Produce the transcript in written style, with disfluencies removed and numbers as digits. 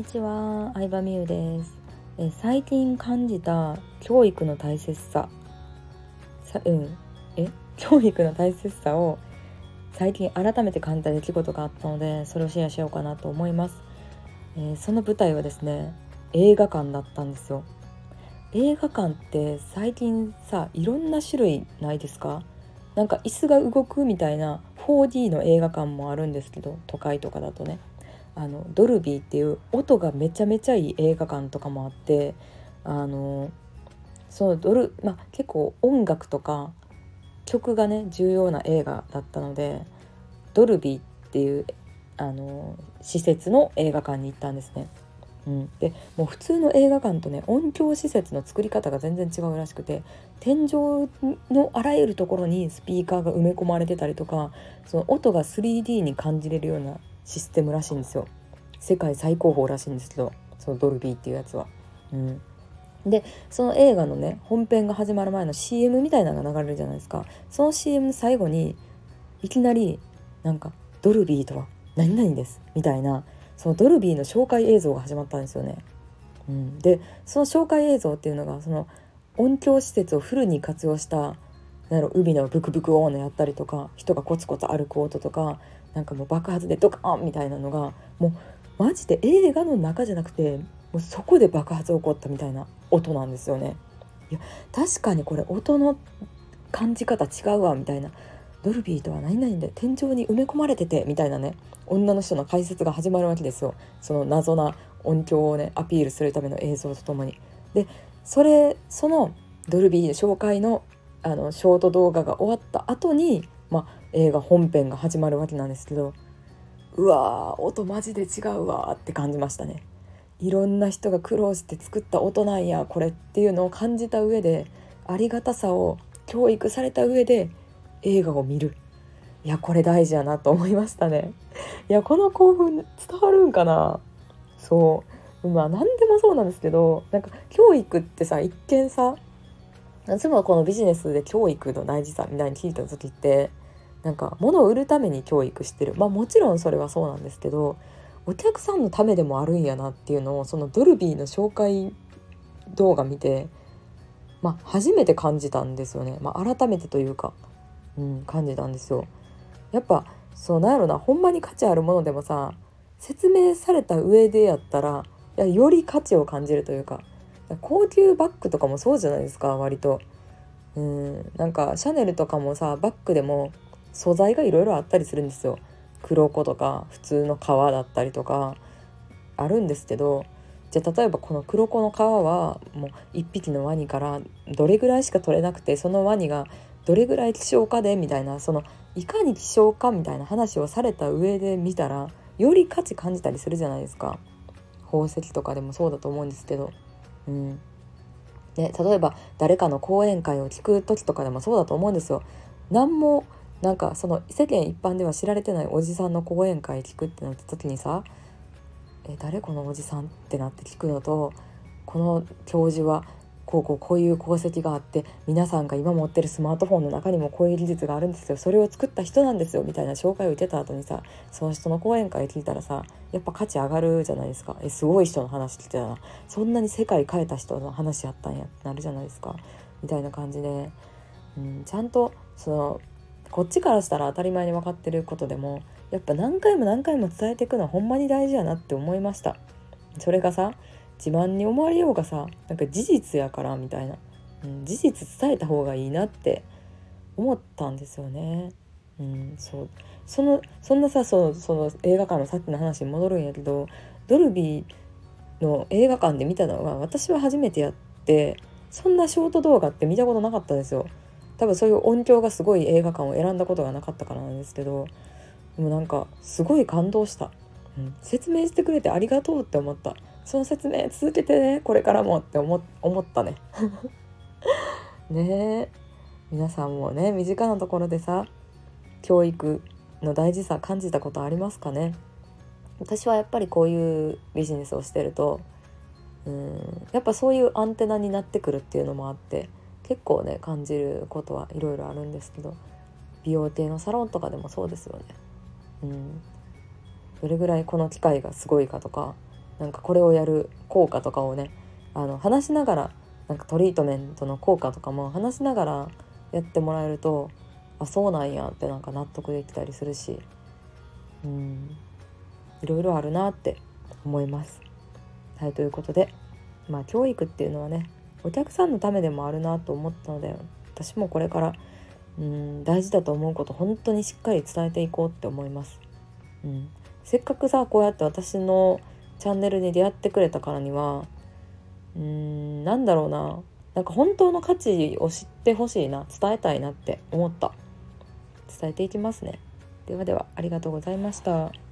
ちは、相葉美優です。最近感じた教育の大切さ、さ、うん、教育の大切さを最近改めて感じた出来事があったので、それをシェアしようかなと思います。その舞台はですね、映画館だったんですよ。映画館って最近さ、いろんな種類ないですか？なんか椅子が動くみたいな 4D の映画館もあるんですけど、都会とかだとね、ドルビーっていう音がめちゃめちゃいい映画館とかもあって、あのその結構音楽とか曲がね重要な映画だったので、ドルビーっていう施設の映画館に行ったんですね。でもう普通の映画館とね、音響施設の作り方が全然違うらしくて、天井のあらゆるところにスピーカーが埋め込まれてたりとか、その音が 3D に感じれるようなシステムらしいんですよ。世界最高峰らしいんですけど、そのドルビーっていうやつは。でその映画のね本編が始まる前の CM みたいなのが流れるじゃないですか。その CM の最後にいきなりなんかドルビーとは何々ですみたいな、そのドルビーの紹介映像が始まったんですよね。でその紹介映像っていうのが、その音響施設をフルに活用した海のブクブク音のやったりとか、人がコツコツ歩く音とか、なんかもう爆発でドカーンみたいなのが、もうマジで映画の中じゃなくて、もうそこで爆発起こったみたいな音なんですよね。いや確かにこれ音の感じ方違うわみたいな、ドルビーとは何々で天井に埋め込まれててみたいなね、女の人の解説が始まるわけですよ。その謎な音響をねアピールするための映像とともに。でそのドルビー紹介のショート動画が終わった後に、映画本編が始まるわけなんですけど、うわー音マジで違うわーって感じましたね。いろんな人が苦労して作った音なんやこれっていうのを感じた上で、ありがたさを教育された上で映画を見る。いやこれ大事やなと思いましたね。いやこの興奮伝わるんかな。そう何でもそうなんですけど、なんか教育ってさ、一見さ、私もこのビジネスで教育の大事さみたいに聞いた時って、なんか物を売るために教育してる、もちろんそれはそうなんですけど、お客さんのためでもあるんやなっていうのを、そのドルビーの紹介動画見て、初めて感じたんですよね。改めてというか、感じたんですよ。やっぱそうなんやろな、ほんまに価値あるものでもさ、説明された上でやったら、より価値を感じるというか、高級バッグとかもそうじゃないですか、割と。なんかシャネルとかもさ、バッグでも素材がいろいろあったりするんですよ。黒子とか普通の革だったりとかあるんですけど、じゃあ例えばこの黒子の皮はもう一匹のワニからどれぐらいしか取れなくて、そのワニがどれぐらい希少かでみたいな、そのいかに希少かみたいな話をされた上で見たら、より価値感じたりするじゃないですか。宝石とかでもそうだと思うんですけど、例えば誰かの講演会を聞く時とかでもそうだと思うんですよ。なんもなんかその世間一般では知られてないおじさんの講演会聞くってなった時にさ、誰このおじさんってなって聞くのと、この教授はこういう功績があって、皆さんが今持ってるスマートフォンの中にもこういう技術があるんですよ、それを作った人なんですよみたいな紹介を受けた後にさ、その人の講演会聞いたらさ、やっぱ価値上がるじゃないですか。すごい人の話聞いてたな、そんなに世界変えた人の話やったんやってなるじゃないですか、みたいな感じで、ちゃんとこっちからしたら当たり前に分かってることでも、やっぱ何回も何回も伝えていくのはほんまに大事やなって思いました。それがさ、自慢に思われようがさ、なんか事実やからみたいな、事実伝えた方がいいなって思ったんですよね。そんなさ、その映画館のさっきの話に戻るんやけど、ドルビーの映画館で見たのは私は初めてやって、そんなショート動画って見たことなかったんですよ。多分そういう音響がすごい映画館を選んだことがなかったからなんですけど、でもなんかすごい感動した。説明してくれてありがとうって思った。その説明続けてね、これからもって思ったね。ねえ、皆さんもね、身近なところでさ、教育の大事さ感じたことありますかね。私はやっぱりこういうビジネスをしてると、やっぱそういうアンテナになってくるっていうのもあって、結構ね感じることはいろいろあるんですけど、美容系のサロンとかでもそうですよね。どれぐらいこの機械がすごいかとか、 なんかこれをやる効果とかをね話しながら、なんかトリートメントの効果とかも話しながらやってもらえると、あ、そうなんやってなんか納得できたりするし、いろいろあるなって思います。はい、ということで、教育っていうのはね、お客さんのためでもあるなと思ったので、私もこれから大事だと思うこと本当にしっかり伝えていこうって思います。せっかくさこうやって私のチャンネルに出会ってくれたからには、なんだろうな、なんか本当の価値を知ってほしいな、伝えたいなって思った。伝えていきますね。ではでは、ありがとうございました。